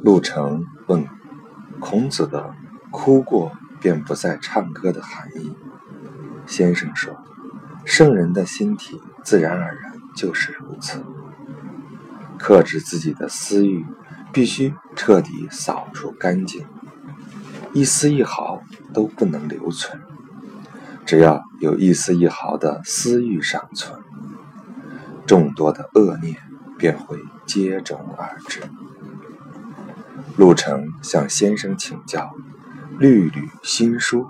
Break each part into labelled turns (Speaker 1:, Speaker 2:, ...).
Speaker 1: 陆程问孔子的哭过便不再唱歌的含义。先生说，圣人的心体自然而然就是如此。克制自己的私欲，必须彻底扫除干净，一丝一毫都不能留存。只要有一丝一毫的私欲尚存，众多的恶念便会接踵而至。陆程向先生请教律吕新书。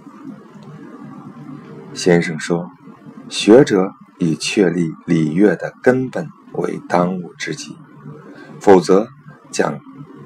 Speaker 1: 先生说，学者以确立礼乐的根本为当务之急，否则将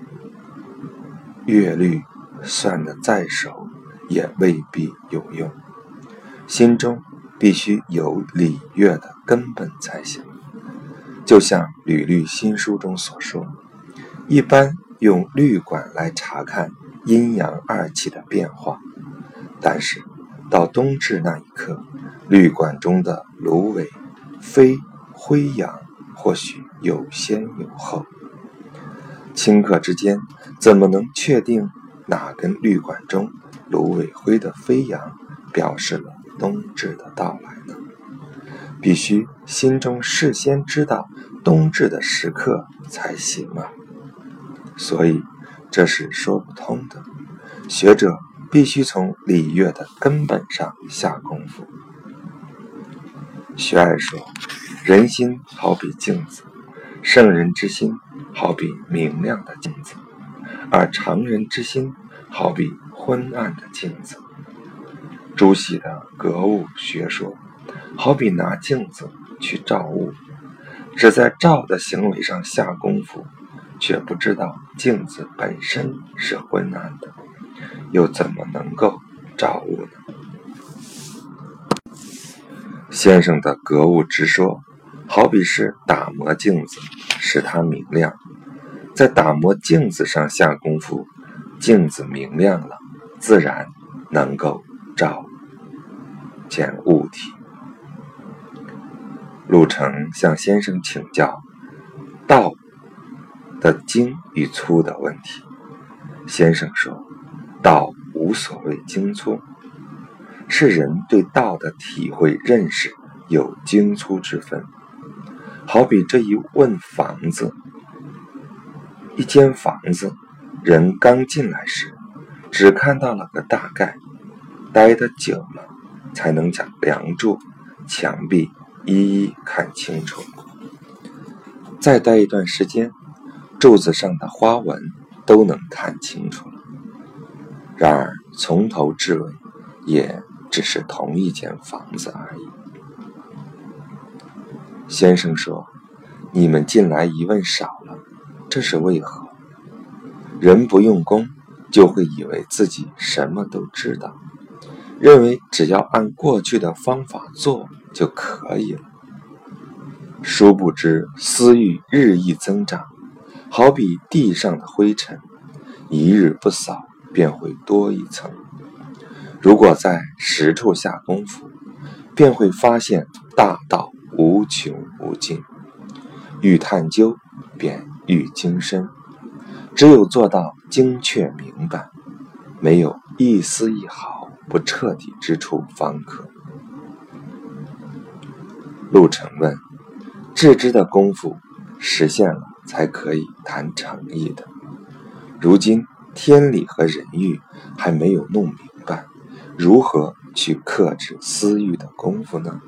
Speaker 1: 乐律算得再熟也未必有用。心中必须有礼乐的根本才行。就像吕律新书中所说，一般用律管来查看阴阳二气的变化，但是到冬至那一刻，律管中的芦苇、飞、灰阳或许有先有后，顷刻之间怎么能确定哪根律管中芦苇灰的飞扬表示了冬至的到来呢？必须心中事先知道冬至的时刻才行啊。所以这是说不通的，学者必须从礼乐的根本上下功夫。徐爱说，人心好比镜子，圣人之心好比明亮的镜子，而常人之心好比昏暗的镜子。朱熹的格物学说好比拿镜子去照物，只在照的行为上下功夫，却不知道镜子本身是昏暗的，又怎么能够照物呢？先生的格物直说好比是打磨镜子，使它明亮，在打磨镜子上下功夫，镜子明亮了，自然能够照见物体。陆程向先生请教道的精与粗的问题。先生说，道无所谓精粗，是人对道的体会认识有精粗之分。好比这一问房子，一间房子，人刚进来时只看到了个大概，待得久了才能将梁柱、墙壁一一看清楚。再待一段时间，柱子上的花纹都能看清楚了。然而从头至尾也只是同一间房子而已。先生说，你们近来疑问少了，这是为何？人不用功，就会以为自己什么都知道，认为只要按过去的方法做就可以了。殊不知私欲日益增长，好比地上的灰尘，一日不扫便会多一层。如果在实处下功夫，便会发现大道无穷无尽，愈探究便愈精深。只有做到精确明白，没有一丝一毫不彻底之处方可。陆程问，致知的功夫实现了才可以谈诚意的，如今天理和人欲还没有弄明白，如何去克制私欲的功夫呢？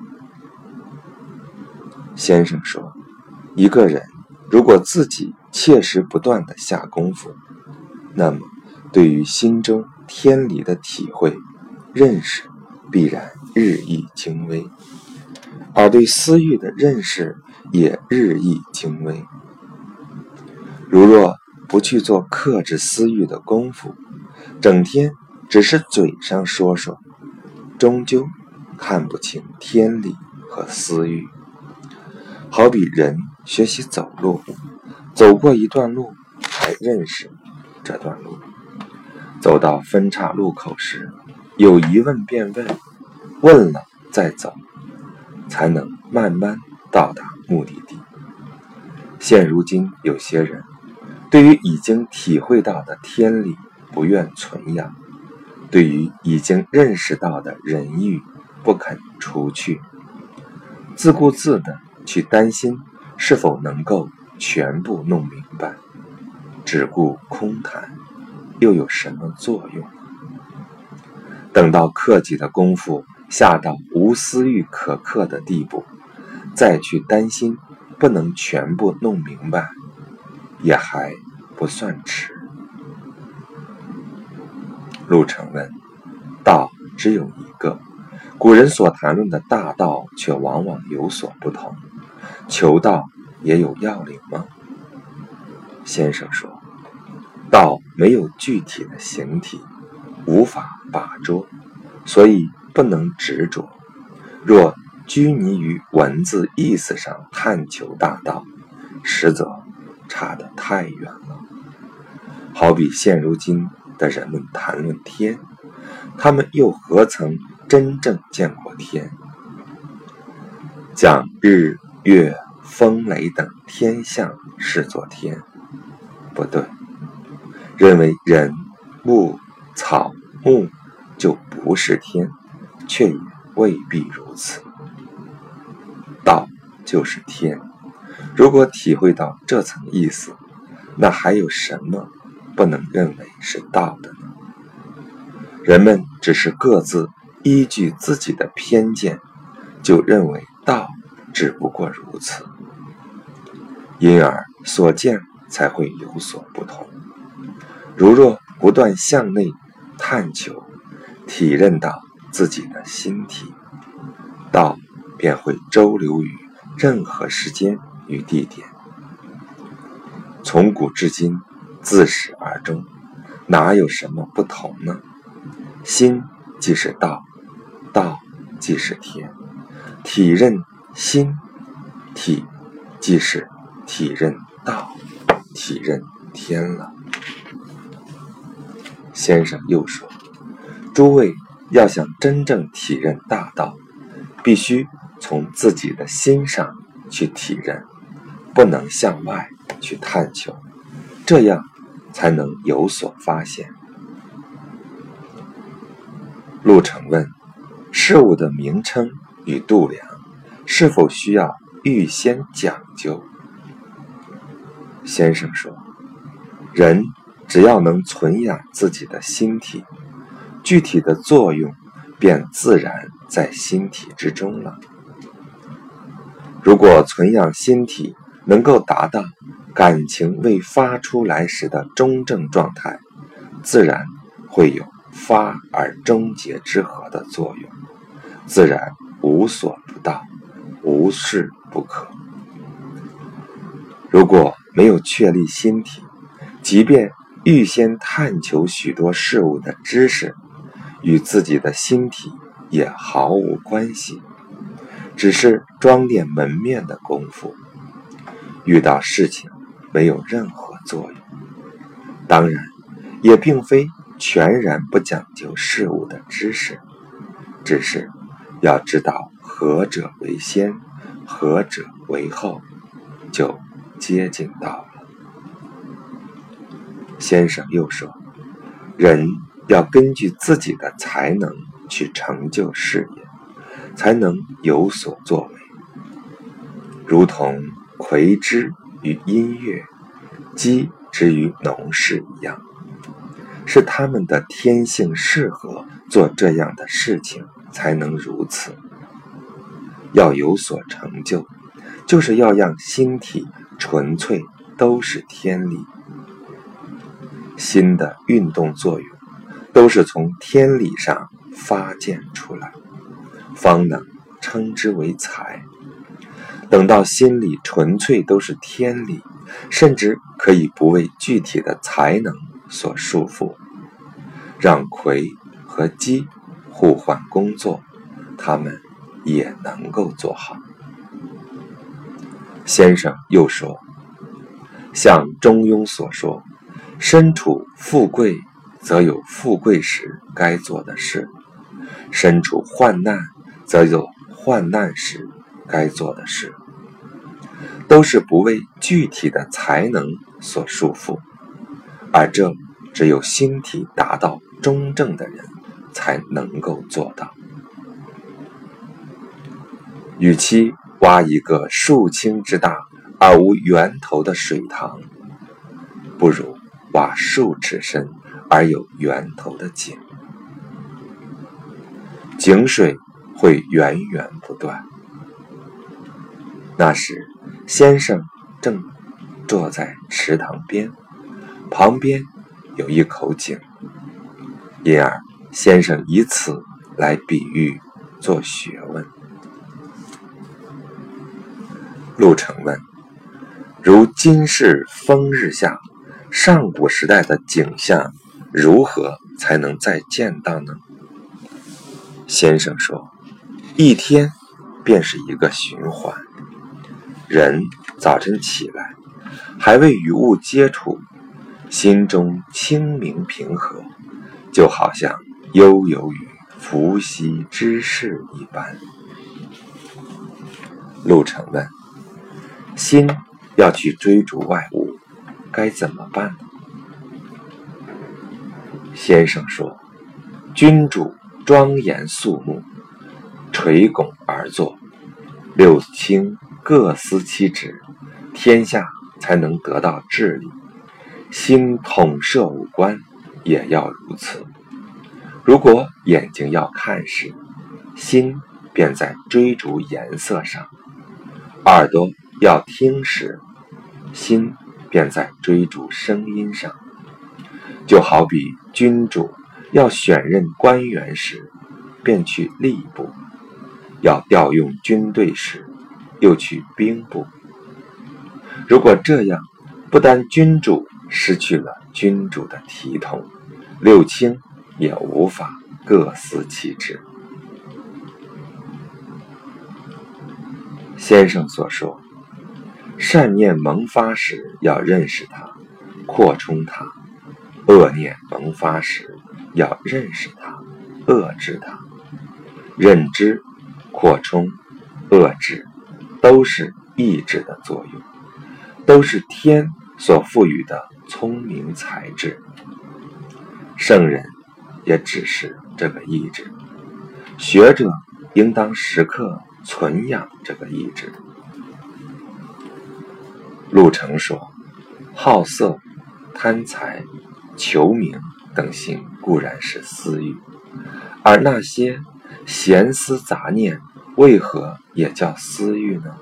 Speaker 1: 先生说，一个人如果自己切实不断地下功夫，那么对于心中天理的体会认识必然日益精微，而对私欲的认识也日益精微。如若不去做克制私欲的功夫，整天只是嘴上说说，终究看不清天理和私欲。好比人学习走路，走过一段路才认识这段路，走到分岔路口时有疑问便问，问了再走，才能慢慢到达目的地。现如今有些人对于已经体会到的天理不愿存养，对于已经认识到的人欲不肯除去，自顾自的去担心是否能够全部弄明白，只顾空谈，又有什么作用？等到克己的功夫下到无私欲可克的地步，再去担心不能全部弄明白，也还不算迟。陆程问：道只有一个，古人所谈论的大道却往往有所不同，求道也有要领吗？先生说，道没有具体的形体，无法把捉，所以不能执着。若拘泥于文字意思上探求大道，实则差得太远了。好比现如今的人们谈论天，他们又何曾真正见过天？将日月风雷等天象视作天，不对。认为人物草木就不是天，却也未必如此。道就是天，如果体会到这层意思，那还有什么不能认为是道的呢？人们只是各自依据自己的偏见，就认为道只不过如此，因而所见才会有所不同。如若不断向内探求，体认到自己的心体，道便会周流于任何时间与地点。从古至今，自始而终，哪有什么不同呢？心即是道，道即是天，体认心体即是体认道，体认天了。先生又说，诸位要想真正体认大道，必须从自己的心上去体认，不能向外去探求，这样才能有所发现。陆程问：事物的名称与度量是否需要预先讲究？先生说，人只要能存养自己的心体，具体的作用便自然在心体之中了。如果存养心体能够达到感情未发出来时的中正状态，自然会有发而终结之和的作用，自然无所不到，无事不可。如果没有确立心体，即便预先探求许多事物的知识，与自己的心体也毫无关系，只是装点门面的功夫，遇到事情没有任何作用。当然，也并非全然不讲究事物的知识，只是要知道何者为先，何者为后，就接近到了。先生又说，人要根据自己的才能去成就事业，才能有所作为。如同葵之于音乐，鸡之于农事一样，是他们的天性适合做这样的事情，才能如此。要有所成就，就是要让心体纯粹都是天理。心的运动作用都是从天理上发现出来，方能称之为才。等到心里纯粹都是天理，甚至可以不为具体的才能所束缚，让葵和鸡互换工作，他们也能够做好。先生又说，像中庸所说，身处富贵则有富贵时该做的事，身处患难则有患难时该做的事，都是不为具体的才能所束缚， 而这只有心体达到中正的人才能够做到。与其挖一个数顷之大而无源头的水塘，不如挖数尺深而有源头的井。井水会源源不断。那时，先生正坐在池塘边，旁边有一口井，因而先生以此来比喻做学问。陆程问：如今世风日下，上古时代的景象如何才能再见到呢？先生说，一天便是一个循环。人早晨起来，还未与物接触，心中清明平和，就好像悠游于伏羲之事一般。陆程问：心要去追逐外物，该怎么办呢？先生说，君主庄严肃穆，垂拱而坐，六卿各司其职，天下才能得到治理。心统摄五官，也要如此。如果眼睛要看时，心便在追逐颜色上；耳朵要听时，心便在追逐声音上。就好比君主要选任官员时，便去吏部；要调用军队时，又去兵部。如果这样，不但君主失去了君主的体统，六卿也无法各司其职。先生所说，善念萌发时要认识它，扩充它；恶念萌发时要认识它，遏制它。认知、扩充、遏制都是意志的作用，都是天所赋予的聪明才智。圣人也只是这个意志，学者应当时刻存养这个意志。陆程说，好色、贪财、求名等行固然是私欲，而那些闲思杂念为何也叫私欲呢？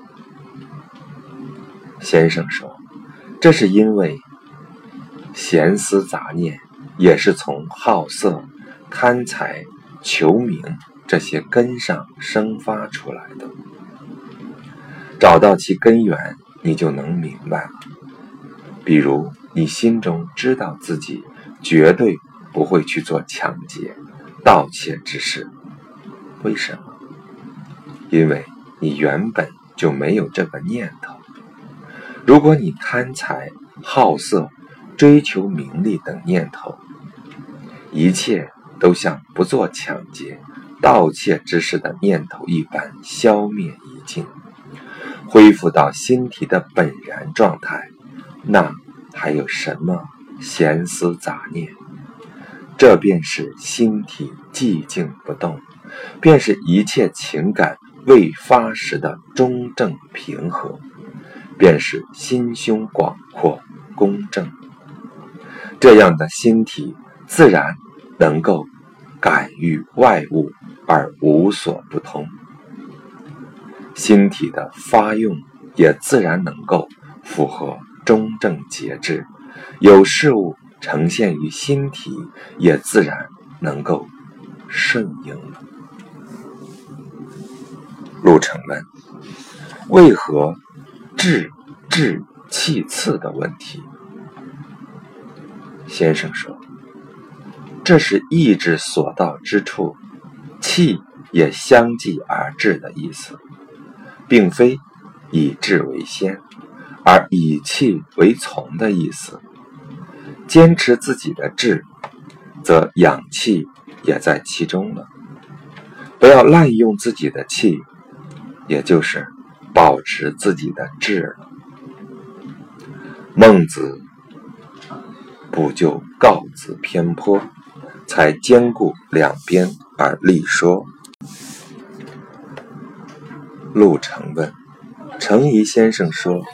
Speaker 1: 先生说，这是因为闲思杂念也是从好色、贪财、求名这些根上生发出来的。找到其根源，你就能明白了。比如你心中知道自己绝对不会去做抢劫、盗窃之事，为什么？因为你原本就没有这个念头。如果你贪财、好色、追求名利等念头，一切都像不做抢劫、盗窃之事的念头一般消灭殆尽，恢复到心体的本然状态，那还有什么闲思杂念？这便是心体寂静不动，便是一切情感未发时的中正平和，便是心胸广阔公正。这样的心体自然能够感遇外物而无所不通，心体的发用也自然能够符合中正节制，有事物呈现于心体，也自然能够顺应了。陆程问：为何志气次的问题？先生说，这是意志所到之处，气也相继而至的意思，并非以志为先，而以气为从的意思。坚持自己的志，则养气也在其中了。不要滥用自己的气，也就是保持自己的志了。孟子补救告子偏颇，才兼顾两边而立说。陆程问：程颐先生说，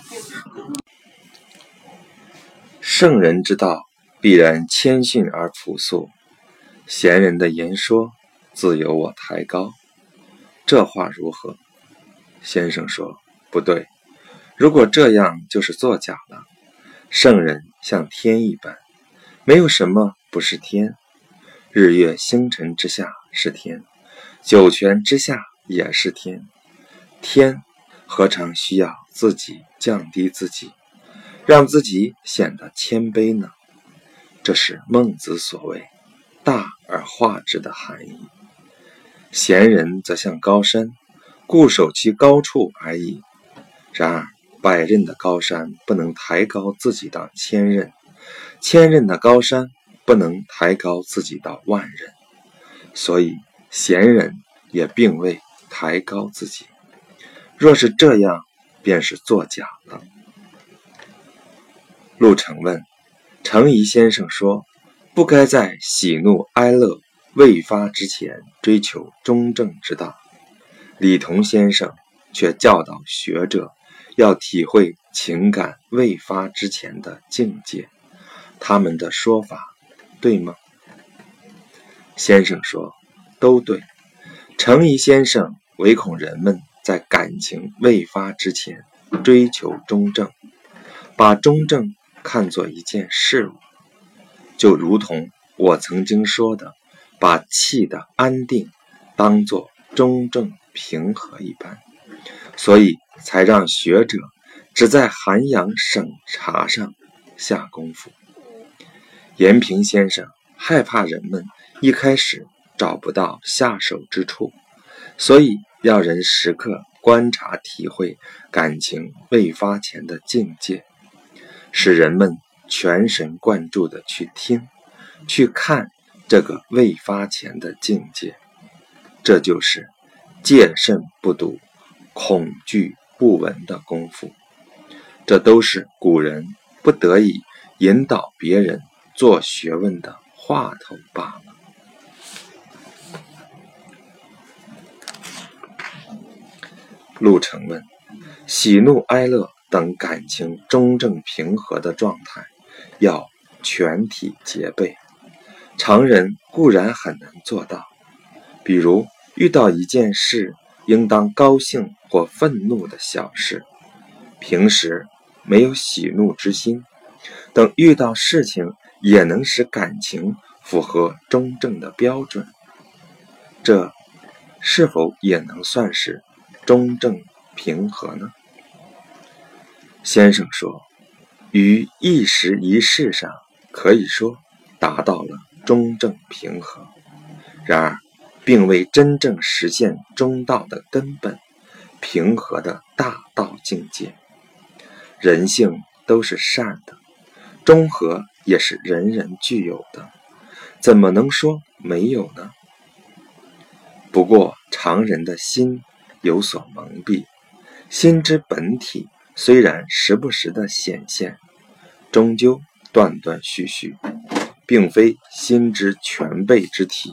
Speaker 1: 圣人之道必然谦逊而朴素，贤人的言说自有我抬高，这话如何？先生说，不对，如果这样就是作假了。圣人像天一般，没有什么不是天，日月星辰之下是天，九泉之下也是天，天何尝需要自己降低自己，让自己显得谦卑呢？这是孟子所谓大而化之的含义。贤人则像高山，固守其高处而已。然而百仞的高山不能抬高自己到千仞，千仞的高山不能抬高自己到万仞，所以贤人也并未抬高自己。若是这样，便是作假了。陆程问：程颐先生说，不该在喜怒哀乐未发之前追求中正之道，李彤先生却教导学者要体会情感未发之前的境界，他们的说法对吗？先生说，都对。程颐先生唯恐人们在感情未发之前追求中正，把中正看作一件事物，就如同我曾经说的，把气的安定当作中正平和一般，所以才让学者只在涵养审查上下功夫。延平先生害怕人们一开始找不到下手之处，所以要人时刻观察体会感情未发前的境界，使人们全神贯注地去听去看这个未发前的境界。这就是戒慎不睹，恐惧不闻的功夫，这都是古人不得已引导别人做学问的话头罢了。陆程问：喜怒哀乐等感情中正平和的状态要全体戒备，常人固然很难做到，比如遇到一件事应当高兴或愤怒的小事，平时没有喜怒之心，等遇到事情也能使感情符合中正的标准，这是否也能算是中正平和呢？先生说，于一时一事上可以说达到了中正平和，然而并未真正实现中道的根本平和的大道境界。人性都是善的，中和也是人人具有的，怎么能说没有呢？不过常人的心有所蒙蔽，心之本体虽然时不时的显现，终究断断续续，并非心之全备之体。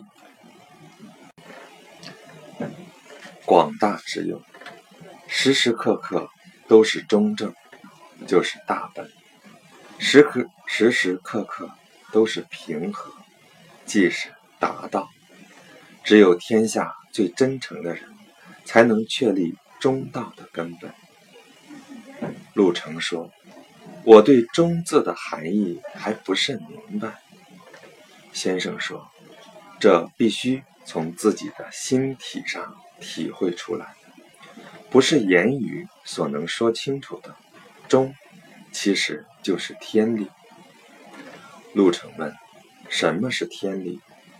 Speaker 1: 广大之用，时时刻刻都是中正，就是大本；时时刻刻都是平和，即是达道。只有天下最真诚的人，才能确立中道的根本。陆程说，我对中字的含义还不甚明白。先生说，这必须从自己的心体上体会出来，不是言语所能说清楚的。中其实就是天理。陆程问，什么是天理？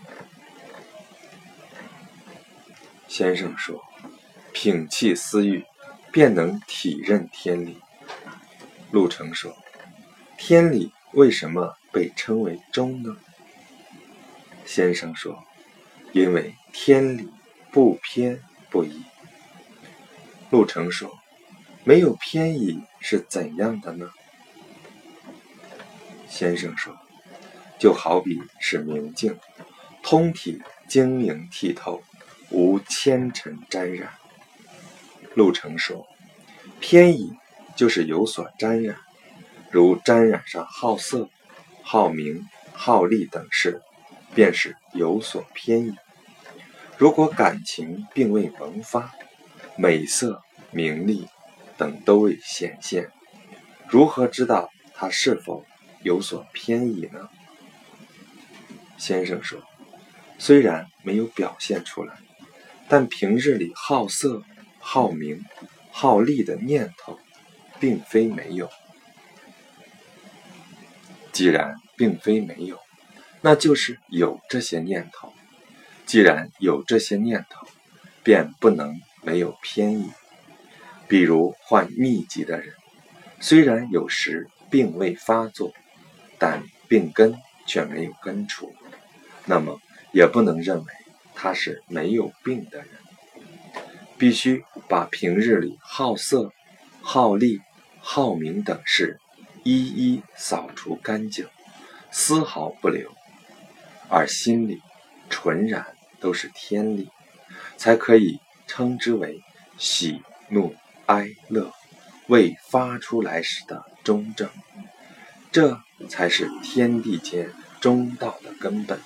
Speaker 1: 先生说，摒弃私欲，便能体认天理。陆程说，天理为什么被称为中呢？先生说，因为天理不偏不倚。陆程说，没有偏倚是怎样的呢？先生说， 就好比是明镜，通体晶莹剔透，无纤尘沾染。陆程说，偏倚就是有所沾染，如沾染上好色、好名、好利等事，便是有所偏倚。如果感情并未萌发，美色、名利等都未显现，如何知道他是否有所偏倚呢？先生说，虽然没有表现出来，但平日里好色、好名、好利的念头并非没有。既然并非没有，那就是有这些念头。既然有这些念头，便不能没有偏倚。比如患疟疾的人，虽然有时并未发作，但病根却没有根除，那么也不能认为他是没有病的人。必须把平日里好色、好利、好名等事一一扫除干净，丝毫不留，而心里纯然都是天理，才可以称之为喜怒哀乐未发出来时的中正。这才是天地间中道的根本。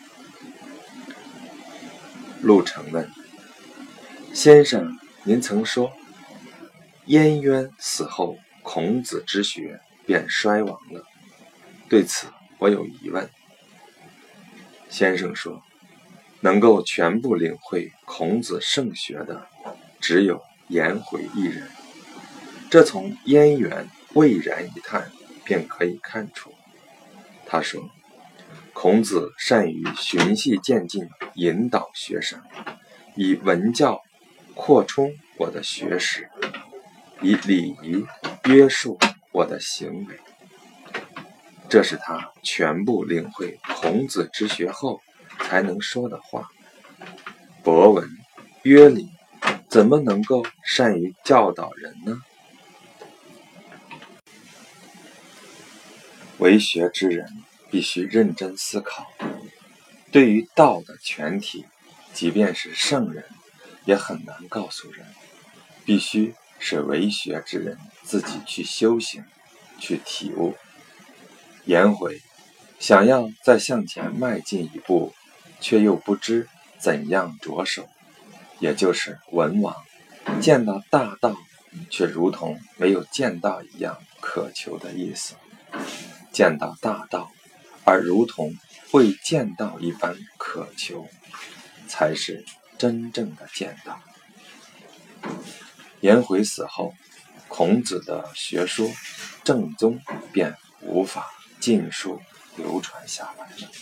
Speaker 1: 陆程问，先生，您曾说颜渊死后，孔子之学便衰亡了，对此我有疑问。先生说，能够全部领会孔子圣学的，只有颜回一人。这从颜渊蔚然一叹便可以看出。他说，孔子善于循序渐进引导学生，以文教扩充我的学识，以礼仪约束我的行为。这是他全部领会孔子之学后才能说的话。博文约礼，怎么能够善于教导人呢？为学之人必须认真思考，对于道的全体，即便是圣人也很难告诉人，必须是为学之人自己去修行，去体悟。颜回想要再向前迈进一步，却又不知怎样着手，也就是文王见到大道，却如同没有见到一样渴求的意思。见到大道，而如同未见到一般渴求，才是真正的见到。颜回死后，孔子的学说正宗便无法尽数流传下来了。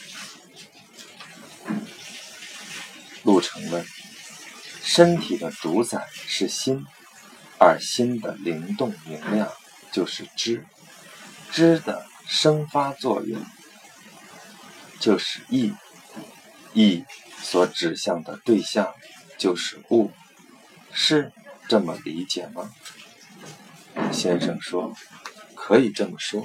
Speaker 1: 陆程问，身体的主宰是心，而心的灵动明亮就是知，知的生发作用就是意，意所指向的对象就是物，是这么理解吗？先生说，可以这么说。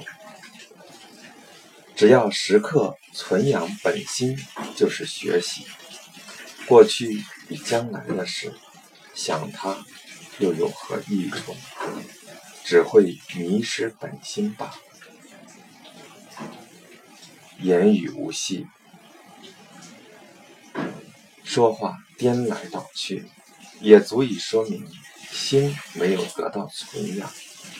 Speaker 1: 只要时刻存养本心，就是学习。过去与将来的事，想它又有何益处？只会迷失本心罢了。言语无息，说话颠来倒去，也足以说明心没有得到存养。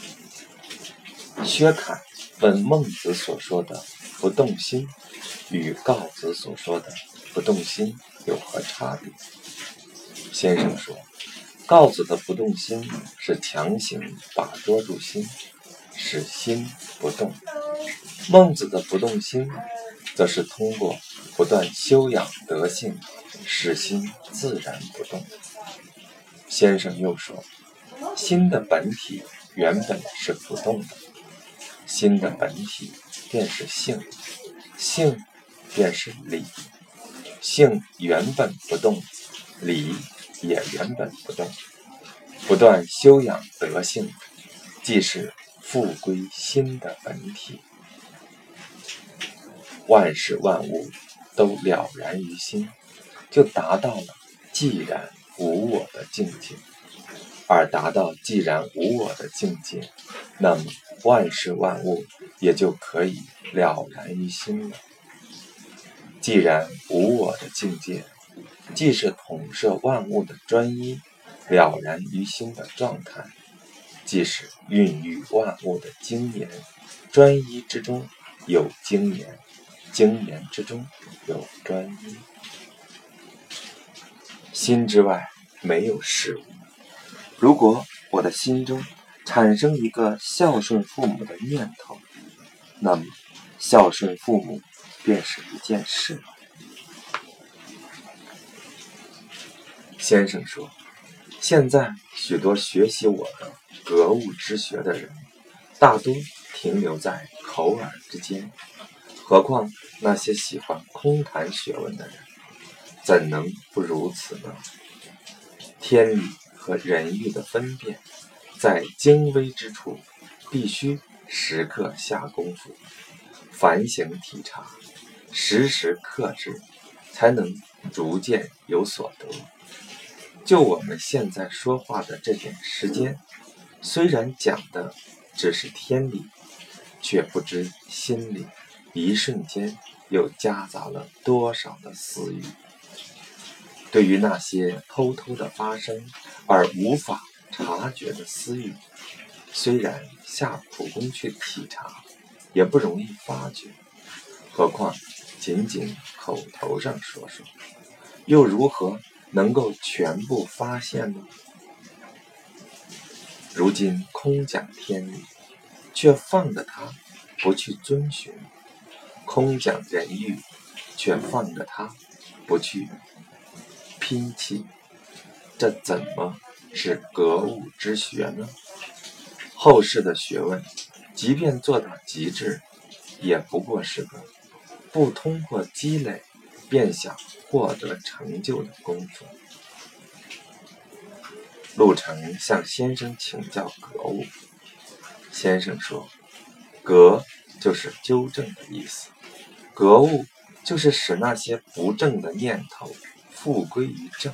Speaker 1: 薛侃问孟子所说的不动心与告子所说的不动心有何差别？先生说，告子的不动心是强行把捉住心，使心不动；孟子的不动心则是通过不断修养德性，使心自然不动。先生又说，心的本体原本是不动的，心的本体便是性，性便是理，性原本不动，理也原本不动。不断修养德性，即是复归心的本体。 万事万物都了然于心，就达到了寂然无我的境界。而达到寂然无我的境界，那么万事万物也就可以了然于心了。寂然无我的境界，既是统摄万物的专一了然于心的状态，既是孕育万物的精研，专一之中有精研，精研之中有专一。心之外没有事物。如果我的心中产生一个孝顺父母的念头，那么孝顺父母便是一件事。先生说，现在许多学习我的格物之学的人，大多停留在口耳之间，何况那些喜欢空谈学问的人，怎能不如此呢？天理和人欲的分辨，在精微之处必须时刻下功夫，反省体察，时时克制，才能逐渐有所得。就我们现在说话的这点时间，虽然讲的只是天理，却不知心里一瞬间又夹杂了多少的私欲。对于那些偷偷的发生而无法察觉的私欲，虽然下苦功去体察，也不容易发觉，何况仅仅口头上说说，又如何能够全部发现呢？如今空讲天理，却放着他不去遵循；空讲人欲，却放着他不去拼气，这怎么是格物之学呢？后世的学问，即便做到极致，也不过是个不通过积累便想获得成就的功夫。陆程向先生请教格物，先生说，格就是纠正的意思，格物就是使那些不正的念头复归于正。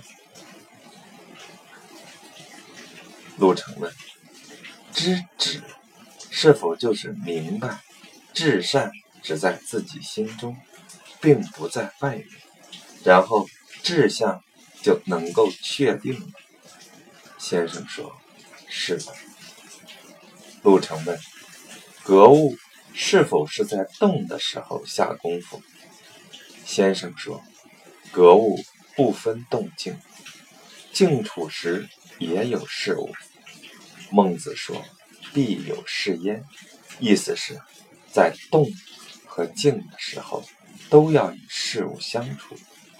Speaker 1: 陆程问，知止是否就是明白至善只在自己心中，并不在外面，然后志向就能够确定了？先生说，是的。陆程问，格物是否是在动的时候下功夫？先生说，格物不分动静，静处时也有事物。孟子说，必有事焉，意思是在动和静的时候都要与事物相处。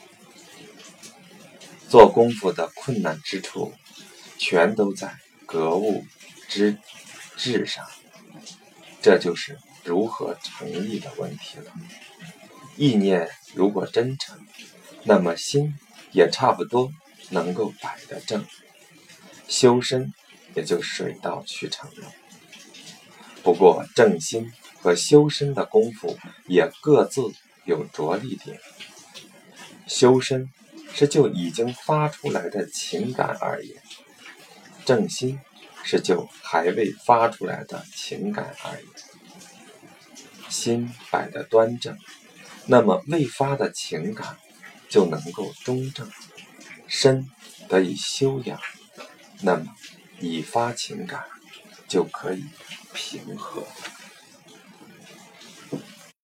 Speaker 1: 做功夫的困难之处，全都在格物之志上，这就是如何成立的问题了。意念如果真诚，那么心也差不多能够摆得正，修身也就水到渠成了。不过正心和修身的功夫也各自有着力点。修身是就已经发出来的情感而言，正心是就还未发出来的情感而言。心摆得端正，那么未发的情感就能够中正；身得以修养，那么已发情感就可以平和。